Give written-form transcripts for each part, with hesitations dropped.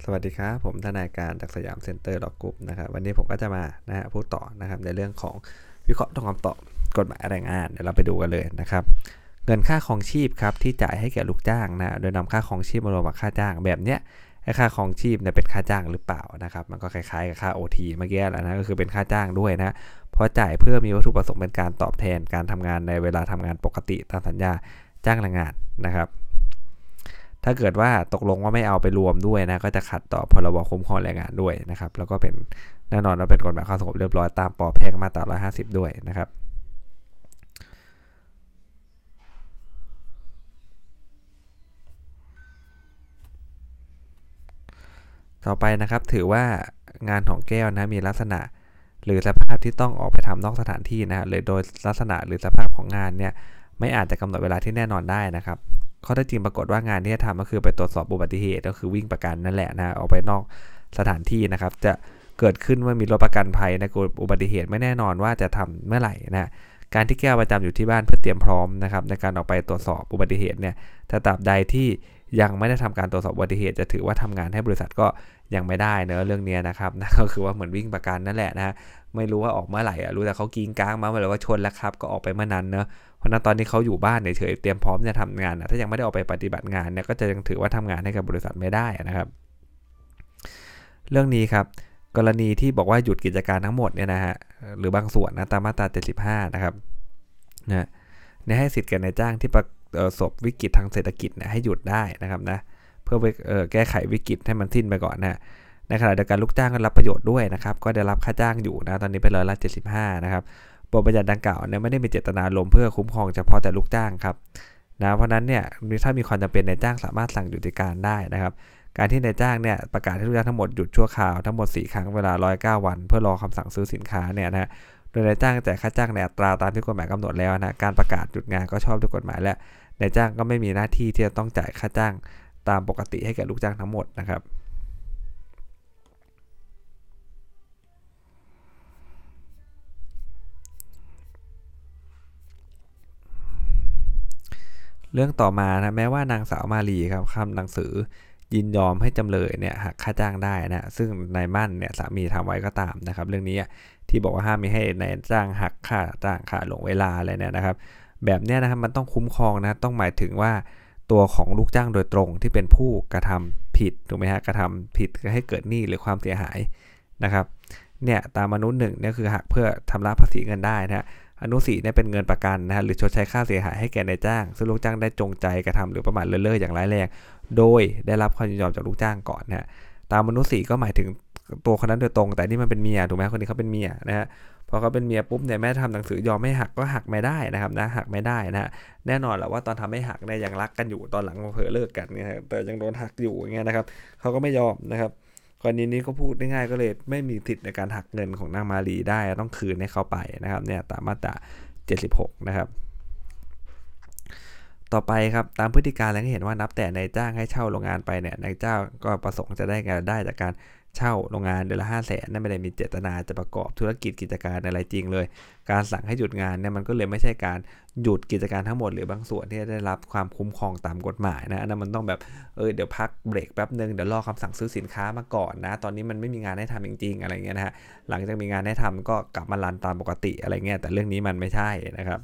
สวัสดีครับผมทนายการจากสยามเซ็นเตอร์ด็อกกรุ๊ปนะครับวันนี้ผมก็จะมาพูดต่อนะครับในเรื่องของวิเคราะห์คำตอบกฎหมายแรงงานเดี๋ยวเราไปดูกันเลยนะครับเงินค่าครองชีพครับที่จ่ายให้แก่ลูกจ้างนะโดยนำค่าครองชีพมารวมกับค่าจ้างแบบเนี้ยค่าครองชีพเนี่ยเป็นค่าจ้างหรือเปล่านะครับมันก็คล้ายๆกับค่า OT เมื่อกี้แหละนะก็คือเป็นค่าจ้างด้วยนะเพราะจ่ายเพื่อมีวัตถุประสงค์เป็นการตอบแทนการทำงานในเวลาทำงานปกติตามสัญญาจ้างแรงงานนะครับถ้าเกิดว่าตกลงว่าไม่เอาไปรวมด้วยนะก็จะขัดต่อพรบคุ้มครองแรงงานด้วยนะครับแล้วก็เป็นแน่นอนว่าเป็นกฎหมายความสงบเรียบร้อยตามป.แพ.มาตรา150ด้วยนะครับต่อไปนะครับถือว่างานของแก้วนะมีลักษณะหรือสภาพที่ต้องออกไปทำนอกสถานที่นะเลยโดยลักษณะหรือสภาพของงานเนี่ยไม่อาจจะกำหนดเวลาที่แน่นอนได้นะครับข้อเท็จจริงปรากฏว่างานที่จะทำก็คือไปตรวจสอบอุบัติเหตุก็คือวิ่งประกันนั่นแหละนะออกไปนอกสถานที่นะครับจะเกิดขึ้นเมื่อมีรถประกันภัยในอุบัติเหตุไม่แน่นอนว่าจะทำเมื่อไหร่นะการที่แก้วประจำอยู่ที่บ้านเพื่อเตรียมพร้อมนะครับในการออกไปตรวจสอบอุบัติเหตุเนี่ยถ้าตราบใดที่ยังไม่ได้ทำการตรวจสอบอุบัติเหตุจะถือว่าทำงานให้บริษัทก็ยังไม่ได้เนอะเรื่องนี้นะครับนะก็คือว่าเหมือนวิ่งประกันนั่นแหละนะไม่รู้ว่าออกเมื่อไหร่รู้แต่เขากิ้งก้างมาเมื่อไหร่ว่าชนแล้วครับก็ออกไปเมื่อนั้นเนอะเพราะนั้นตอนนี้เขาอยู่บ้านเฉยๆเตรียมพร้อมจะทำงานถ้ายังไม่ได้ออกไปปฏิบัติงานเนี่ยก็จะยังถือว่าทำงานให้กับบริษัทไม่ได้นะครับเรื่องนี้ครับกรณีที่บอกว่าหยุดกิจการทั้งหมดเนี่ยนะฮะหรือบางส่วนนะตามมาตรา75นะครับนะให้สิทธิ์แก่นายจ้างที่ประสบวิกฤตทางเศรษฐกิจให้หยุดได้นะครับนะเพื่อแก้ไขวิกฤตให้มันสิ้นไปก่อนนะในขณะเดียวกันลูกจ้างก็รับประโยชน์ด้วยนะครับก็ได้รับค่าจ้างอยู่นะตอนนี้เป็น75%นะครับบทบัญญัติดังกล่าวเนี่ยไม่ได้มีเจตนาลมเพื่อคุ้มครองเฉพาะแต่ลูกจ้างครับนะเพราะนั้นเนี่ยถ้ามีความจำเป็นนายจ้างสามารถสั่งหยุดกิจการได้นะครับการที่นายจ้างเนี่ยประกาศให้ลูกจ้างทั้งหมดหยุดชั่วคราวทั้งหมด4ครั้งเวลา109วันเพื่อรอคำสั่งซื้อสินค้าเนี่ยนะโดยนายจ้างจ่ายค่าจ้างในอัตราตามที่กฎหมายกำหนดแล้วนะการประกาศหยุดงานก็ชอบด้วยกฎหมายและนายจ้างก็ไม่มีหน้าที่ที่จะต้องจ่ายค่าจ้างตามปกติให้แก่ลูกจ้างทั้งหมดนะครับเรื่องต่อมานะแม้ว่านางสาวมาลีครับคำหนังสือยินยอมให้จำเลยเนี่ยหักค่าจ้างได้นะซึ่งนายมั่นเนี่ยสามีทำไว้ก็ตามนะครับเรื่องนี้ที่บอกว่าห้ามไม่ให้นายจ้างหักค่าจ้างค่าหลงเวลาอะไรเนี่ยนะครับแบบนี้นะครับมันต้องคุ้มครองนะต้องหมายถึงว่าตัวของลูกจ้างโดยตรงที่เป็นผู้กระทำผิดถูกไหมฮะกระทำผิดให้เกิดหนี้หรือความเสียหายนะครับเนี่ยตามอนุ1เนี่ยคือหักเพื่อชำระภาษีเงินได้นะอนุ4เนี่ยเป็นเงินประกันนะฮะหรือชดใช้ค่าเสียหายให้แก่นายจ้างซึ่งลูกจ้างได้จงใจกระทำหรือประมาทเลินเล่ออย่างร้ายแรงโดยได้รับความยินยอมจากลูกจ้างก่อนนะตามอนุ4ก็หมายถึงตัวคนนั้นโดยตรงแต่นี่มันเป็นเมียถูกไหมคนนี้เขาเป็นเมียนะฮะพอเขาเป็นเมียปุ๊บเนี่ยแม่ทำหนังสือยอมไม่หักก็หักไม่ได้นะครับนะหักไม่ได้นะแน่นอนแหละว่าตอนทำไม่หักเนี่ยยังรักกันอยู่ตอนหลังเผลอเลิกกันเนี่ยแต่ยังโดนหักอยู่อย่างเงี้ยนะครับเขาก็ไม่ยอมนะครับกรณีนี้ก็พูดง่ายๆก็เลยไม่มีสิทธิ์ในการหักเงินของนางมาลีได้ต้องคืนให้เขาไปนะครับเนี่ยตามมาตรา76นะครับต่อไปครับตามพฤติการแล้วเห็นว่านับแต่นายจ้างให้เช่าโรงงานไปเนี่ยนายจ้างก็ประสงค์จะได้รายได้จากการเช่าโรงงานเดือนละ500,000นั่นไม่ได้มีเจตนาจะประกอบธุรกิจกิจการอะไรจริงเลยการสั่งให้หยุดงานเนี่ยมันก็เลยไม่ใช่การหยุดกิจการทั้งหมดหรือบางส่วนที่ได้รับความคุ้มครองตามกฎหมายนะอันนั้นมันต้องแบบเดี๋ยวพักเบรกแป๊บนึงเดี๋ยวรอคำสั่งซื้อสินค้ามาก่อนนะตอนนี้มันไม่มีงานให้ทำจริงๆอะไรเงี้ยนะฮะหลังจากมีงานให้ทำก็กลับมารันตามปกติอะไรเงี้ยแต่เรื่องนี้มันไม่ใช่นะครับ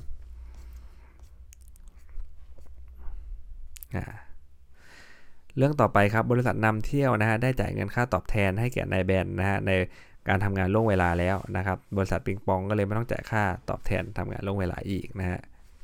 เรื่องต่อไปครับบริษัทนำเที่ยวนะฮะได้จ่ายเงินค่าตอบแทนให้แก่นายแบนนะฮะในการทำงานล่วงเวลาแล้วนะครับบริษัทปิงปองก็เลยไม่ต้องจ่ายค่าตอบแทนทำงานล่วงเวลาอีกนะฮะ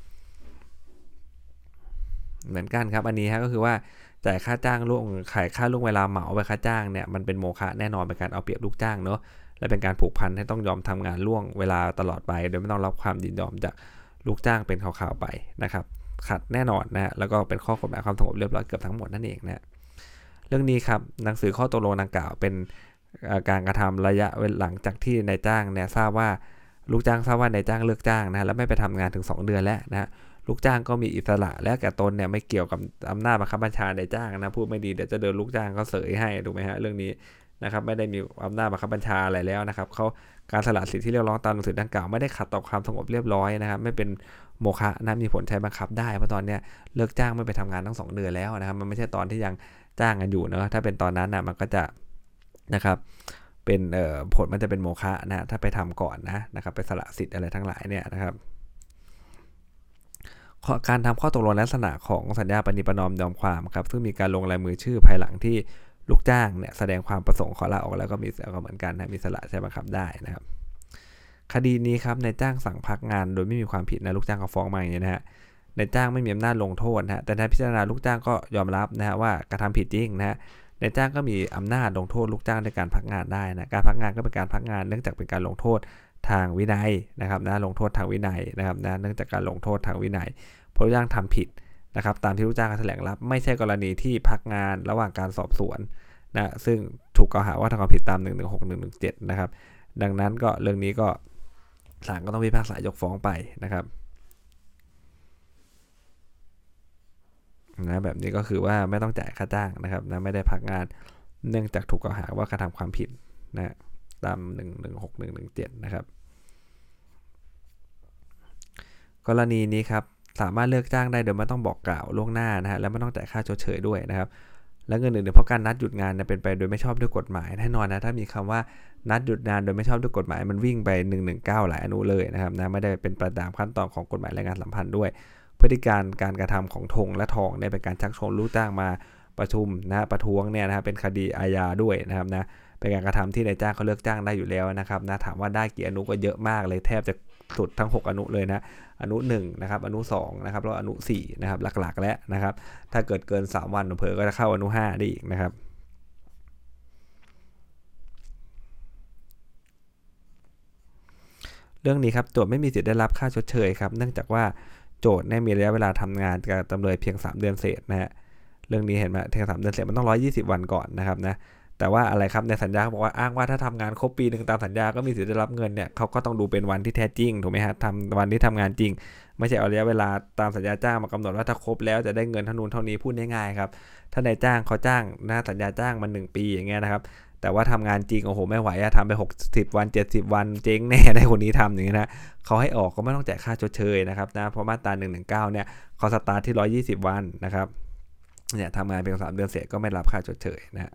เหมือนกันครับอันนี้ฮะก็คือว่าจ่ายค่าจ้างล่วงขายค่าล่วงเวลาเหมาไปค่าจ้างเนี่ยมันเป็นโมฆะแน่นอนเป็นการเอาเปรียบลูกจ้างเนาะและเป็นการผูกพันให้ต้องยอมทำงานล่วงเวลาตลอดไปโดยไม่ต้องรับความยินยอมจากลูกจ้างเป็นข่าวๆไปนะครับขัดแน่นอนนะแล้วก็เป็นข้อกฎหมายความสงบเรียบร้อยเกือบทั้งหมดนั่นเองนะเรื่องนี้ครับหนังสือข้อตกลงดังกล่าวเป็นการกระทำระยะหลังจากที่นายจ้างเนี่ยทราบว่าลูกจ้างทราบว่านายจ้างเลิกจ้างนะแล้วไม่ไปทำงานถึง2เดือนแล้วนะลูกจ้างก็มีอิสระและแก่ตนเนี่ยไม่เกี่ยวกับอำนาจบังคับบัญชานายจ้างนะพูดไม่ดีเดี๋ยวจะเดินลูกจ้างเขาเสยให้ถูกไหมฮะเรื่องนี้นะครับไม่ได้มีอำนาจบังคับบัญชาอะไรแล้วนะครับเขาการสละสิทธิที่เรียกร้องตามหนังสือดังกล่าวไม่ได้ขัดต่อความสงบเรียบร้อยนะครับไม่เป็นโมฆะนะมีผลใช้บังคับได้เพราะตอนเนี้ยเลิกจ้างไม่ไปทำงานทั้ง2เดือนแล้วนะครับมันไม่ใช่ตอนที่ยังจ้างกันอยู่เนาะถ้าเป็นตอนนั้นนะมันก็จะนะครับเป็นผลมันจะเป็นโมฆะนะถ้าไปทำก่อนนะครับไปสละสิทธิ์อะไรทั้งหลายเนี่ยนะครับการทำข้อตกลงลักษณะของสัญญาปณิประนอมยอมความครับซึ่งมีการลงลายมือชื่อภายหลังที่ลูกจ้างเนี่ยแสดงความประสงค์ขอลาออกแล้วก็มีเหมือนกันนะมีสละใช้บังคับได้นะครับคดีนี้ครับนายจ้างสั่งพักงานโดยไม่มีความผิดนะลูกจ้างก็ฟ้องมาอย่างนี้นะฮะนายจ้างไม่มีอำนาจลงโทษนะแต่ในพิจารณาลูกจ้างก็ยอมรับนะฮะว่ากระทำผิดจริงนะฮะนายจ้างก็มีอำนาจลงโทษลูกจ้างในการพักงานได้นะการพักงานก็เป็นการพักงานเนื่องจากเป็นการลงโทษทางวินัยนะครับนะลงโทษทางวินัยนะครับนะเนื่องจากการลงโทษทางวินัยเพราะลูกจ้างทำผิดนะครับตามที่ลูกจ้างแถลงรับไม่ใช่กรณีที่พักงานระหว่างการสอบสวนนะซึ่งถูกกล่าวหาว่าทำความผิดตาม116 117นะครับดังนั้นก็เรื่องนี้ก็ศาลก็ต้องพิพากษายกฟ้องไปนะครับนะแบบนี้ก็คือว่าไม่ต้องจ่ายค่าจ้างนะครับนะไม่ได้พักงานเนื่องจากถูกกล่าวหาว่ากระทำความผิดนะตาม116 117นะครับกรณีนี้ครับสามารถเลิกจ้างได้โดยไม่ต้องบอกกล่าวล่วงหน้านะฮะและไม่ต้องจ่ายค่าชดเชยด้วยนะครับและเงินอื่นๆเพราะการนัดหยุดงานเป็นไปโดยไม่ชอบด้วยกฎหมายแน่นอนนะถ้ามีคำว่านัดหยุดงานโดยไม่ชอบด้วยกฎหมายมันวิ่งไป119หลายอนุเลยนะครับนะไม่ได้เป็นไปตามขั้นตอนของกฎหมายแรงงานสัมพันธ์ด้วยพฤติการกระทำของธงและทองเนี่ยเป็นการชักชวนลูกจ้างมาประชุมนะประท้วงเนี่ยนะครับเป็นคดีอาญาด้วยนะครับนะเป็นการกระทำที่นายจ้างเขาเลิกจ้างได้อยู่แล้วนะครับนะถามว่าได้กี่อนุก็เยอะมากเลยแทบจะสุดทั้ง6อนุเลยนะอนุ1นะครับอนุ2นะครับแล้วอนุ4นะครับหลักๆแล้วนะครับถ้าเกิน3วันเผลอก็จะเข้าอนุ5ได้อีกนะครับเรื่องนี้ครับโจทย์ไม่มีสิทธิ์ได้รับค่าชดเชยครับเนื่องจากว่าโจทย์เนี่ยมีระยะเวลาทำงานกับจำเลยเพียง3เดือนเศษนะฮะเรื่องนี้เห็นไหมเพียง3เดือนเศษมันต้อง120วันก่อนนะครับนะแต่ว่าอะไรครับในสัญญาเขาบอกว่าอ้างว่าถ้าทำงานครบปีนึงตามสัญญาก็มีสิทธิ์ได้รับเงินเนี่ยเขาก็ต้องดูเป็นวันที่แท้จริงถูกไหมฮะทำวันที่ทำงานจริงไม่ใช่เอาระยะเวลาตามสัญญาจ้างมากำหนดว่าถ้าครบแล้วจะได้เงินเท่านู้นเท่านี้พูดง่ายๆครับถ้านายจ้างเขาจ้างนะสัญญาจ้างมัน1ปีอย่างเงี้ยนะครับแต่ว่าทำงานจริงโอ้โหไม่ไหวอะทำไป60วัน70วันเจ๊งแน่ได้คนนี้ทำอย่างนี้นะเขาให้ออกก็ไม่ต้องจ่ายค่าชดเชยนะครับนะเพราะมาตรา119เนี่ยเขาสตาร์ทที่120วันนะครับเนี่ยทำงานเพียง3เดือนเสร็จก็ไม่รับค่าชดเชยนะ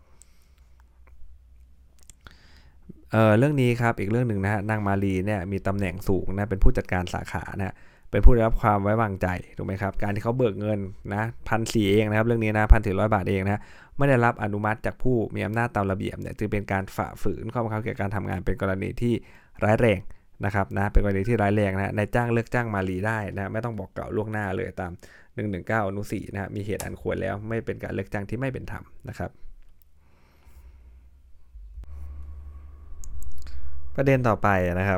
เรื่องนี้ครับอีกเรื่องหนึ่งนะฮะนางมาลีเนี่ยมีตำแหน่งสูงนะเป็นผู้จัดการสาขานะเป็นผู้ได้รับความไว้วางใจถูกไหมครับการที่เขาเบิกเงินนะ1,400เองนะครับเรื่องนี้นะ1,400 บาทเองนะไม่ได้รับอนุมัติจากผู้มีอำนาจตามระเบียบเนี่ยจึงเป็นการฝ่าฝืนข้อบังคับเกี่ยวกับการทำงานเป็นกรณีที่ร้ายแรงนะครับนะเป็นกรณีที่ร้ายแรงนะนายจ้างเลิกจ้างมาลีได้นะไม่ต้องบอกกล่าวล่วงหน้าเลยตาม119อนุ4นะมีเหตุอันควรแล้วไม่เป็นการเลิกจ้างที่ไม่เป็นธรรมนะครับประเด็นต่อไปนะครับ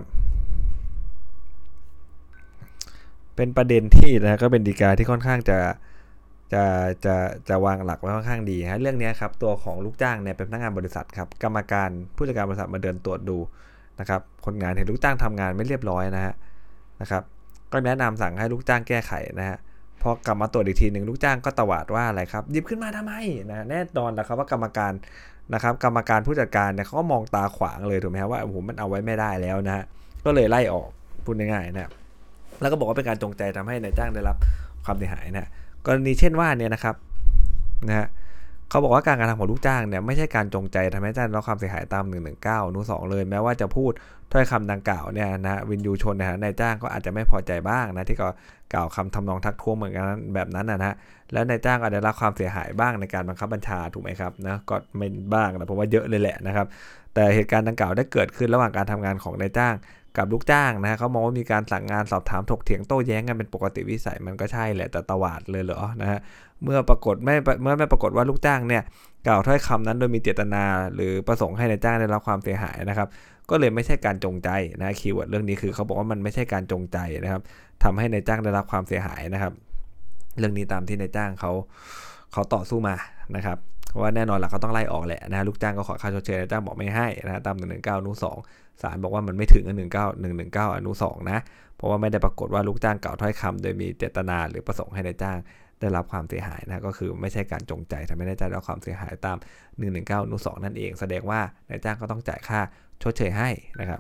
เป็นประเด็นที่นะก็เป็นฎีกาที่ค่อนข้างจะจะวางหลักไว้ค่อนข้างดีฮะเรื่องนี้ครับตัวของลูกจ้างเนี่ยเป็นพนักงานบริษัทครับกรรมการผู้จัดการบริษัทมาเดินตรวจดูนะครับคนงานเห็นลูกจ้างทำงานไม่เรียบร้อยนะครับก็แนะนำสั่งให้ลูกจ้างแก้ไขนะฮะพอกลับมาตรวจอีกทีหนึ่งลูกจ้างก็ตวาดว่าอะไรครับหยิบขึ้นมาทำไมนะแน่นอนนะครับว่ากรรมการนะครับกรรมการผู้จัดการเนี่ยเขาก็มองตาขวางเลยถูกไหมครับว่าผมมันเอาไว้ไม่ได้แล้วนะฮะก็เลยไล่ออกพูดง่ายๆนะแล้วก็บอกว่าเป็นการจงใจทำให้นายจ้างได้รับความเสียหายนะกรณีเช่นว่าเนี่ยนะครับนะฮะเขาบอกว่าการกระทำของลูกจ้างเนี่ยไม่ใช่การจงใจทำให้นายจ้างได้รับความเสียหายตาม119อนุ2เลยแม้ว่าจะพูดถ้อยคำดังกล่าวเนี่ยนะวินยูชนนะฮะนายจ้างก็อาจจะไม่พอใจบ้างนะที่ก็กล่าวคำทำนองทักท้วงเหมือนกันแบบนั้นนะฮะแล้วนายจ้างอาจจะได้รับความเสียหายบ้างในการบังคับบัญชาถูกไหมครับนะก็ไม่บ้างแต่ผมว่าเยอะเลยแหละนะครับแต่เหตุการณ์ดังกล่าวได้เกิดขึ้นระหว่างการทำงานของนายจ้างกับลูกจ้างนะฮะเขามองว่ามีการสั่งงานสอบถามถกเถียงโต้แย้งกันเป็นปกติวิสัยมันก็ใช่แหละแต่ตวาดเลยเหรอนะฮะเมื่อไม่ปรากฏว่าลูกจ้างเนี่ยกล่าวถ้อยคำนั้นโดยมีเจตนาหรือประสงค์ให้นายจ้างได้รับความเสียหายนะครับก็เลยไม่ใช่การจงใจนะคีย์เวิร์ดเรื่องนี้คือเขาบอกว่ามันไม่ใช่การจงใจนะครับทำให้นายจ้างได้รับความเสียหายนะครับเรื่องนี้ตามที่นายจ้างเขาต่อสู้มานะครับว่าแน่นอนแหละเขาต้องไล่ออกแหละนะลูกจ้างก็ขอค่าชดเชยนายจ้างบอกไม่ให้นะตาม119อนุ2ศาลบอกว่ามันไม่ถึง119อนุ2นะเพราะว่าไม่ได้ปรากฏว่าลูกจ้างกล่าวถ้อยคำโดยมีเจตนาหรือประสงค์ให้นายจ้างได้รับความเสียหายนะก็คือไม่ใช่การจงใจทำให้นายจ้างได้รับความเสียหายตาม119อนุ2นั่นเองแสดงว่านายจ้างก็ต้องจ่ายค่าชดเชยให้นะครับ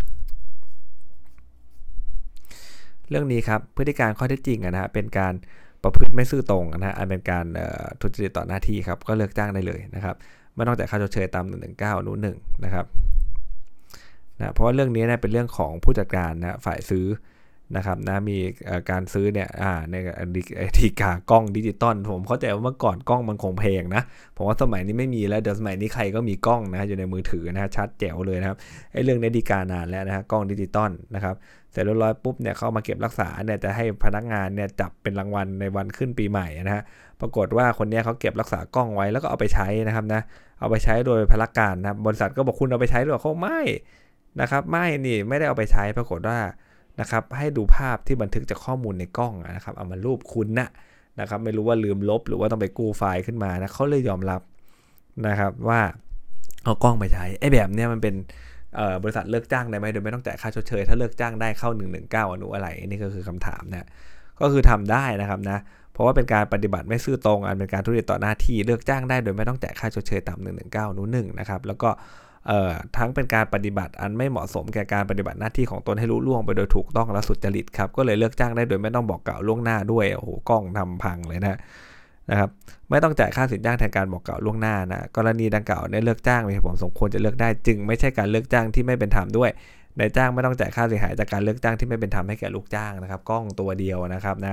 เรื่องนี้ครับพฤติการข้อเท็จจริงนะฮะเป็นการประพฤติไม่ซื่อตรงนะอันเป็นการทุจริตต่อหน้าที่ครับก็เลิกจ้างได้เลยนะครับไม่ต้องจ่ายค่าชดเชยตาม119อนุ1นะครับนะเพราะว่าเรื่องนี้นะเป็นเรื่องของผู้จัดการนะฝ่ายซื้อนะครับนะมีการซื้อเนี่ยในดีกากล้องดิจิตอลผมเข้าใจว่าเมื่อก่อนกล้องมันคงแพงนะผมว่าสมัยนี้ไม่มีแล้วเดี๋ยวสมัยนี้ใครก็มีกล้องนะอยู่ในมือถือนะชัดแจ๋วเลยนะครับไอ้เรื่องนี้ดีกานานแล้วนะฮะกล้องดิจิตอลนะครับเสร็จเรียบร้อยปุ๊บเนี่ยเข้ามาเก็บรักษาเนี่ยจะให้พนักงานเนี่ยจับเป็นรางวัลในวันขึ้นปีใหม่นะฮะปรากฏว่าคนนี้เขาเก็บรักษากล้องไว้แล้วก็เอาไปใช้นะครับนะเอาไปใช้โดยพนักงานนะบริษัทก็บอกคุณเอาไปใช้หรือเปล่าเขาไม่นะครับไม่ได้เอาไปใช้ปรากฏว่านะครับให้ดูภาพที่บันทึกจากข้อมูลในกล้องนะครับเอามารูปคุณนะครับไม่รู้ว่าลืมลบหรือว่าต้องไปกู้ไฟล์ขึ้นมานะเขาเลยยอมรับนะครับว่าเอากล้องไปใช้ไอ้แบบเนี้ยมันเป็นบริษัทเลิกจ้างได้ไหมโดยไม่ต้องจ่ายค่าชดเชยถ้าเลิกจ้างได้เข้า119อนุอะไรนี่ก็คือคำถามนะก็คือทำได้นะครับนะเพราะว่าเป็นการปฏิบัติไม่ซื่อตรงอันเป็นการทุจริตต่อหน้าที่เลิกจ้างได้โดยไม่ต้องจ่ายค่าชดเชยตาม119อนุ1นะครับแล้วก็ทั้งเป็นการปฏิบัติอันไม่เหมาะสมแก่การปฏิบัติหน้าที่ของตนให้รู้ล่วงไปโดยถูกต้องและสุจริตครับก็เลยเลิกจ้างได้โดยไม่ต้องบอกกล่าวล่วงหน้าด้วยโอ้โหกล้องทำพังเลยนะครับไม่ต้องจ่ายค่าสินจ้างแทนการบอกกล่าวล่วงหน้านะกรณีดังกล่าวเนี่ยเลิกจ้างมีเหตุผลสมควรจะเลิกได้จึงไม่ใช่การเลิกจ้างที่ไม่เป็นธรรมด้วยนายจ้างไม่ต้องจ่ายค่าเสียหายจากการเลิกจ้างที่ไม่เป็นธรรมให้แก่ลูกจ้างนะครับกล้องตัวเดียวนะครับนะ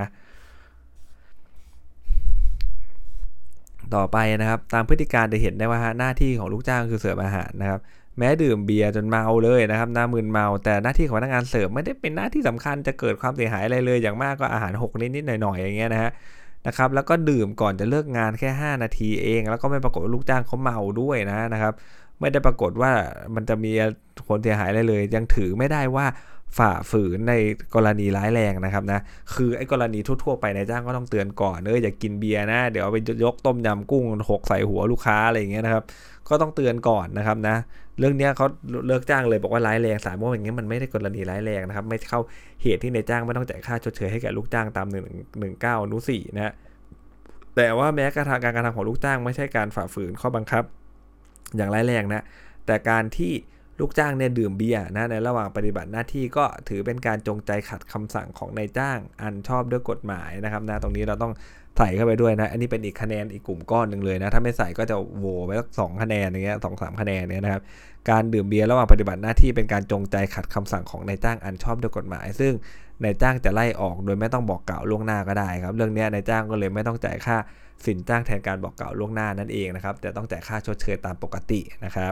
ต่อไปนะครับตามพฤติการจะเห็นได้ว่าหน้าที่ของลูกจ้างคือเสิร์ฟอาหารนะครับแม้ดื่มเบียร์จนเมาเลยนะครับหน้ามึนเมาแต่หน้าที่ของพนักงานเสิร์ฟไม่ได้เป็นหน้าที่สำคัญจะเกิดความเสียหายอะไรเลยอย่างมากก็อาหารหกนิดๆหน่อยๆอย่างเงี้ยนะครับแล้วก็ดื่มก่อนจะเลิกงานแค่5นาทีเองแล้วก็ไม่ปรากฏว่าลูกจ้างเขาเมาด้วยนะครับไม่ได้ปรากฏว่ามันจะมีผลเสียหายอะไรเลยยังถือไม่ได้ว่าฝ่าฝืนในกรณีร้ายแรงนะครับนะคือไอ้กรณีทั่วๆไปนายจ้างก็ต้องเตือนก่อนอย่ากินเบียร์นะเดี๋ยวเอาไปยกต้มยำกุ้งหกใส่หัวลูกค้าอะไรอย่างเงี้ยนะครับก็ต้องเตือนก่อนนะครับนะเรื่องนี้เขาเลิกจ้างเลยบอกว่าร้ายแรงสารว่าอย่างเงี้ยมันไม่ได้กรณีร้ายแรงนะครับไม่เข้าเหตุที่นายจ้างไม่ต้องจ่ายค่าชดเชยให้แก่ลูกจ้างตาม119อนุ4นะแต่ว่าแม้การกระทำของลูกจ้างไม่ใช่การฝ่าฝืนข้อบังคับอย่างร้ายแรงนะแต่การที่ลูกจ้างเนี่ยดื่มเบียร์นะในระหว่างปฏิบัติหน้าที่ก็ถือเป็นการจงใจขัดคำสั่งของนายจ้างอันชอบด้วยกฎหมายนะครับนะตรงนี้เราต้องใส่เข้าไปด้วยนะอันนี้เป็นอีกคะแนนอีกกลุ่มก้อนหนึ่งเลยนะถ้าไม่ใส่ก็จะโหวไปสัก2คะแนนอย่างเงี้ย2-3คะแนนเนี่ยนะครับการดื่มเบียร์ระหว่างปฏิบัติหน้าที่เป็นการจงใจขัดคำสั่งของนายจ้างอันชอบด้วยกฎหมายซึ่งนายจ้างจะไล่ออกโดยไม่ต้องบอกกล่าวล่วงหน้าก็ได้ครับเรื่องนี้นายจ้างก็เลยไม่ต้องจ่ายค่าสินจ้างแทนการบอกกล่าวล่วงหน้านั่นเองนะครับแต่ต้องจ่ายค่าชดเชยตามปกตินะครับ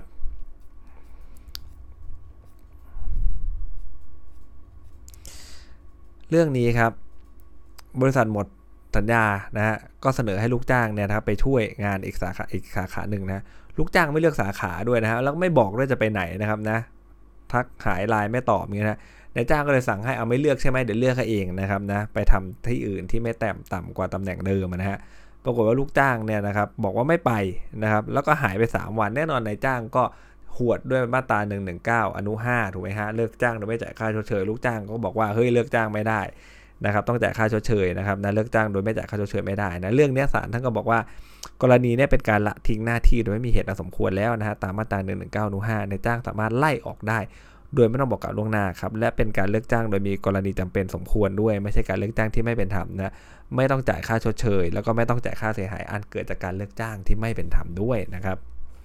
เรื่องนี้ครับบริษัทหมดสัญญานะฮะก็เสนอให้ลูกจ้างเนี่ยนะครับไปช่วยงานอีกสาขาหนึ่งนะลูกจ้างไม่เลือกสาขาด้วยนะฮะแล้วไม่บอกด้วยจะไปไหนนะครับนะทักหายไลน์ไม่ตอบอย่างเงี้ยนะนายจ้างก็เลยสั่งให้เอาไม่เลือกใช่ไหมเดี๋ยวเลือกให้เองนะครับนะไปทำที่อื่นที่ไม่ต่ำกว่าตำแหน่งเดิมนะฮะปรากฏว่าลูกจ้างเนี่ยนะครับบอกว่าไม่ไปนะครับแล้วก็หายไป3วันแน่นอนนายจ้างก็หวดด้วยมาตรา119อนุ5ถูกไหมฮะเลิกจ้างโดยไม่จ่ายค่าชดเชยลูกจ้างก็บอกว่าเฮ้ยเลิกจ้างไม่ได้นะครับต้องจ่ายค่าชดเชยนะครับนะเลิกจ้างโดยไม่จ่ายค่าชดเชยไม่ได้นะเรื่องนี้ศาลท่านก็บอกว่ากรณีนี้เป็นการละทิ้งหน้าที่โดยไม่มีเหตุอันสมควรแล้วนะฮะตามมาตรา119อนุ5นายจ้างสามารถไล่ออกได้โดยไม่ต้องบอกกล่าวล่วงหน้าครับและเป็นการเลิกจ้างโดยมีกรณีจำเป็นสมควรด้วยไม่ใช่การเลิกจ้างที่ไม่เป็นธรรมนะไม่ต้องจ่ายค่าชดเชยแล้วก็ไม่ต้องจ่ายค่าเสียหายอันเกิดจากการเลิกจ้างที่ไม่เป็นธรรมด้วยนะครับ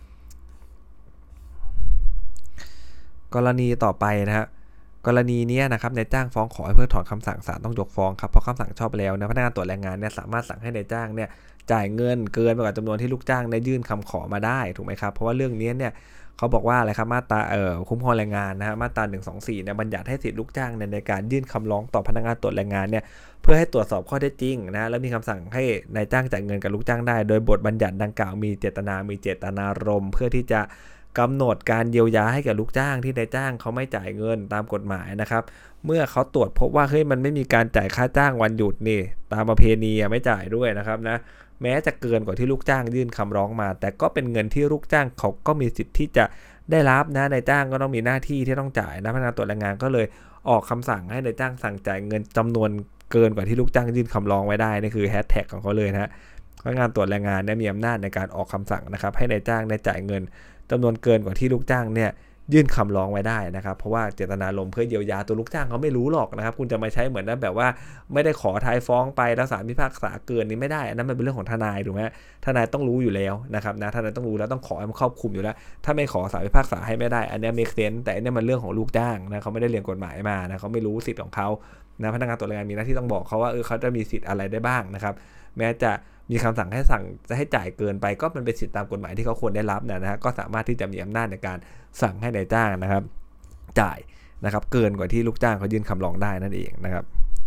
กรณีต่อไปนะครับกรณีนี้นะครับนายจ้างฟ้องขอให้เพิกถอนคำสั่งศาลต้องยกฟ้องครับเพราะคำสั่งชอบแล้วนะพนักงานตรวจแรงงานเนี่ยสามารถสั่งให้นายจ้างเนี่ยจ่ายเงินเกินไปกว่าจำนวนที่ลูกจ้างได้ยื่นคำขอมาได้ถูกไหมครับเพราะว่าเรื่องนี้เนี่ยเขาบอกว่าอะไรครับมาตราคุ้มครองแรงงานนะฮะมาตรา124เนี่ยบัญญัติให้สิทธิลูกจ้างในการยื่นคำร้องต่อพนักงานตรวจแรงงานเนี่ยเพื่อให้ตรวจสอบข้อเท็จจริงนะแล้วมีคำสั่งให้นายจ้างจ่ายเงินกับลูกจ้างได้โดยบทบัญญัติดังกล่าวมีเจตนารมณ์เพื่อที่จะกำหนดการเยียวยาให้กับลูกจ้างที่นายจ้างเขาไม่จ่ายเงินตามกฎหมายนะครับเมื่อเขาตรวจพบว่าเฮ้ยมันไม่มีการจ่ายค่าจ้างวันหยุดนี่ตามประเพณีไม่จ่ายด้วยนะครับนะแม้จะเกินกว่าที่ลูกจ้างยื่นคำร้องมาแต่ก็เป็นเงินที่ลูกจ้างเขาก็มีสิทธิ์ที่จะได้รับนะนายจ้างก็ต้องมีหน้าที่ที่ต้องจ่ายนะพนักงานตรวจแรงงานก็เลยออกคำสั่งให้นายจ้างสั่งจ่ายเงินจำนวนเกินกว่าที่ลูกจ้างยื่นคำร้องไว้ได้นี่คือแฮชแท็กของเขาเลยนะพนักงานตรวจแรงงานเนี่ยมีอำนาจในการออกคำสั่งนะครับให้นายจ้างได้จ่ายเงินจำนวนเกินกว่าที่ลูกจ้างเนี่ยยื่นคำร้องไว้ได้นะครับเพราะว่าเจตนารมณ์เพื่อเยียวยาตัวลูกจ้างเขาไม่รู้หรอกนะครับคุณจะมาใช้เหมือนแบบว่าไม่ได้ขอทายฟ้องไปแล้วศาลพิพากษาเกินนี้ไม่ได้อันนั้นมันเป็นเรื่องของทนายถูกไหมทนายต้องรู้อยู่แล้วนะครับนะทนายต้องรู้แล้วต้องขอให้มันครอบคลุมอยู่แล้วถ้าไม่ขอศาลพิพากษาให้ไม่ได้อันนี้เมคเซนส์แต่อันนี้มันเรื่องของลูกจ้างนะเขาไม่ได้เรียนกฎหมายมานะเขาไม่รู้สิทธิ์ของเขานะพนักงานตรวจงานมีหน้าที่ต้องบอกเขาว่าเขาจะมีสิทธิ์อะไรได้บ้างนะครับแม้จะมีคำสั่งจะให้จ่ายเกินไปก็มันเป็นสิทธิตามกฎหมายที่เขาควรได้รับนะฮะก็สามารถที่จะมีอำนาจในการสั่งให้นายจ้างนะครับจ่ายนะครับเกินกว่าที่ลูกจ้างเขายื่นคำร้องได้นั่นเองนะครับ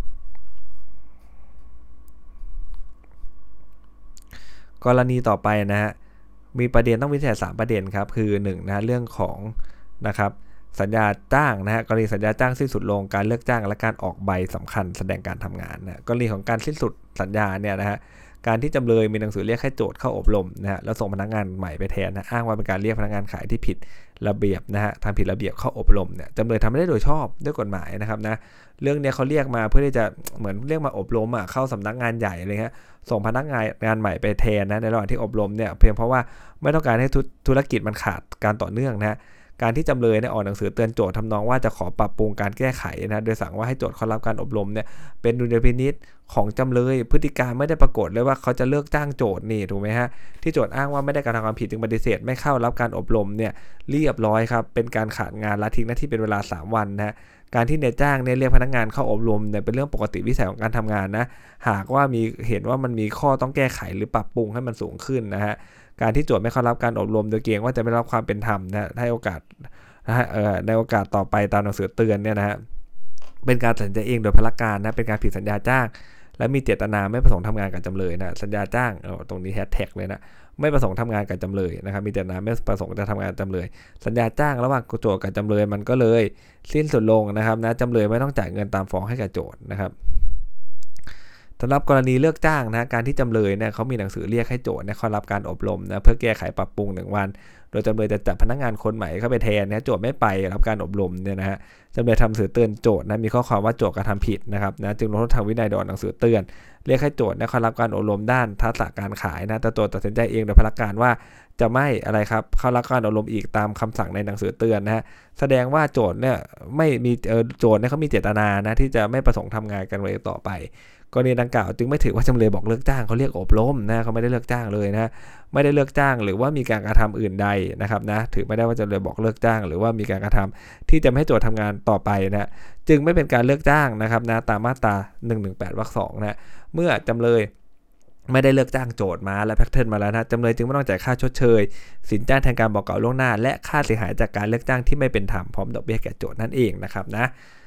กรณีต่อไปนะฮะมีประเด็นต้องวินิจฉัย3ประเด็นครับคือ1นะเรื่องของนะครับสัญญาจ้างนะฮะกรณีสัญญาจ้างสิ้นสุดลงการเลิกจ้างและการออกใบสำคัญแสดงการทำงานนะกรณีของการสิ้นสุดสัญญาเนี่ยนะฮะการที่จำเลยมีหนังสือเรียกให้โจทก์เข้าอบรมนะฮะแล้วส่งพนักงานใหม่ไปแทนนะอ้างว่าเป็นการเรียกพนักงานขายที่ผิดระเบียบนะฮะทำผิดระเบียบเข้าอบรมเนี่ยจำเลยทำไม่ได้โดยชอบด้วยกฎหมายนะครับนะเรื่องนี้เขาเรียกมาเพื่อที่จะเหมือนเรียกมาอบรมเข้าสำนักงานใหญ่อะไรเงี้ยส่งพนักงานใหม่ไปแทนนะในระหว่างที่อบรมเนี่ยเพียงเพราะว่าไม่ต้องการให้ธุรกิจมันขาดการต่อเนื่องนะการที่จำเลยออกหนังสือเตือนโจทก์ทำนองว่าจะขอปรับปรุงการแก้ไขนะโดยสั่งว่าให้โจทก์เขารับการอบรมเนี่ยเป็นดุลยพินิจของจำเลยพฤติการไม่ได้ปรากฏเลยว่าเขาจะเลิกจ้างโจทก์นี่ถูกไหมฮะที่โจทก์อ้างว่าไม่ได้กระทำความผิดจึงปฏิเสธไม่เข้ารับการอบรมเนี่ยเรียบร้อยครับเป็นการขาดงานละทิ้งหน้าที่เป็นเวลา3วันนะการที่นายจ้างเนี่ยเรียกพนักงานเข้าอบรมเนี่ยเป็นเรื่องปกติวิสัยของการทำงานนะหากว่าเห็นว่ามันมีข้อต้องแก้ไขหรือปรับปรุงให้มันสูงขึ้นนะฮะการที่โจทก์ไม่เข้ารับการอบรมโดยเกรงว่าจะไม่รับความเป็นธรรมนะให้โอกาสในโอกาสต่อไปตามหนังสือเตือนเนี่ยนะฮะเป็นการตัดสินใจเองโดยพลการนะเป็นการผิดสัญญาจ้างและมีเจตนาไม่ประสงค์ทำงานกับจำเลยนะสัญญาจ้างตรงนี้แฮชแท็กเลยนะไม่ประสงค์ทำงานกับจำเลยนะครับมีเจตนาไม่ประสงค์จะทำงานกับจำเลยสัญญาจ้างระหว่างโจทก์กับจำเลยมันก็เลยสิ้นสุดลงนะครับนะจำเลยไม่ต้องจ่ายเงินตามฟ้องให้กับโจทก์นะครับสำหรับกรณีเลิกจ้างนะการที่จำเลยเนี่ยเขามีหนังสือเรียกให้โจทก์เข้ารับการอบรมนะเพื่อแก้ไขปรับปรุง1 วันโดยจำเลยจะจับพนักงานคนใหม่เข้าไปแทนนะโจทก์ไม่ไปรับการอบรมเนี่ยนะฮะจำเลยทำหนังสือเตือนโจทก์นะมีข้อความว่าโจทก์กระทำผิดนะครับนะจึงลงโทษทางวินัยโดยหนังสือเตือนเรียกให้โจทก์เข้ารับการอบรมด้านทักษะการขายนะแต่โจทก์ตัดสินใจเองโดยพนักงานว่าจะไม่อะไรครับเข้ารับการอบรมอีกตามคำสั่งในหนังสือเตือนนะฮะแสดงว่าโจทก์เนี่ยไม่มีโจทก์เนี่ยเขามีเจตนานะที่จะไม่ประสงค์ทำงานกันเลยต่อไปกรณีดังกล่าวจึงไม่ถือว่าจำเลยบอกเลิกจ้างเขาเรียกอบรมนะเขาไม่ได้เลิกจ้างเลยนะไม่ได้เลิกจ้างหรือว่ามีการกระทำอื่นใดนะครับนะถือไม่ได้ว่าจำเลยบอกเลิกจ้างหรือว่ามีการกระทำที่จะไม่ให้โจทก์ทำงานต่อไปนะจึงไม่เป็นการเลิกจ้างนะครับนะตามมาตรา118 วรรค 2นะเมื่อจำเลยไม่ได้เลิกจ้างโจทก์มาและแพทเทิร์นมาแล้วนะจำเลยจึงไม่ต้องจ่ายค่าชดเชยสินจ้างแทนการบอกกล่าวล่วงหน้าและค่าเสียหายจากการเลิกจ้างที่ไม่เป็นธรรมพร้อมดอกเบี้ยแก่โจทก์นั่นเองนะครับนะ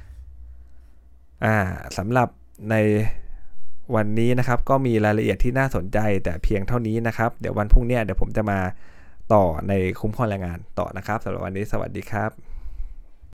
สำหรับในวันนี้นะครับก็มีรายละเอียดที่น่าสนใจแต่เพียงเท่านี้นะครับเดี๋ยววันพรุ่งนี้เดี๋ยวผมจะมาต่อในคุ้มครองแรงงานต่อนะครับสำหรับวันนี้สวัสดีครับ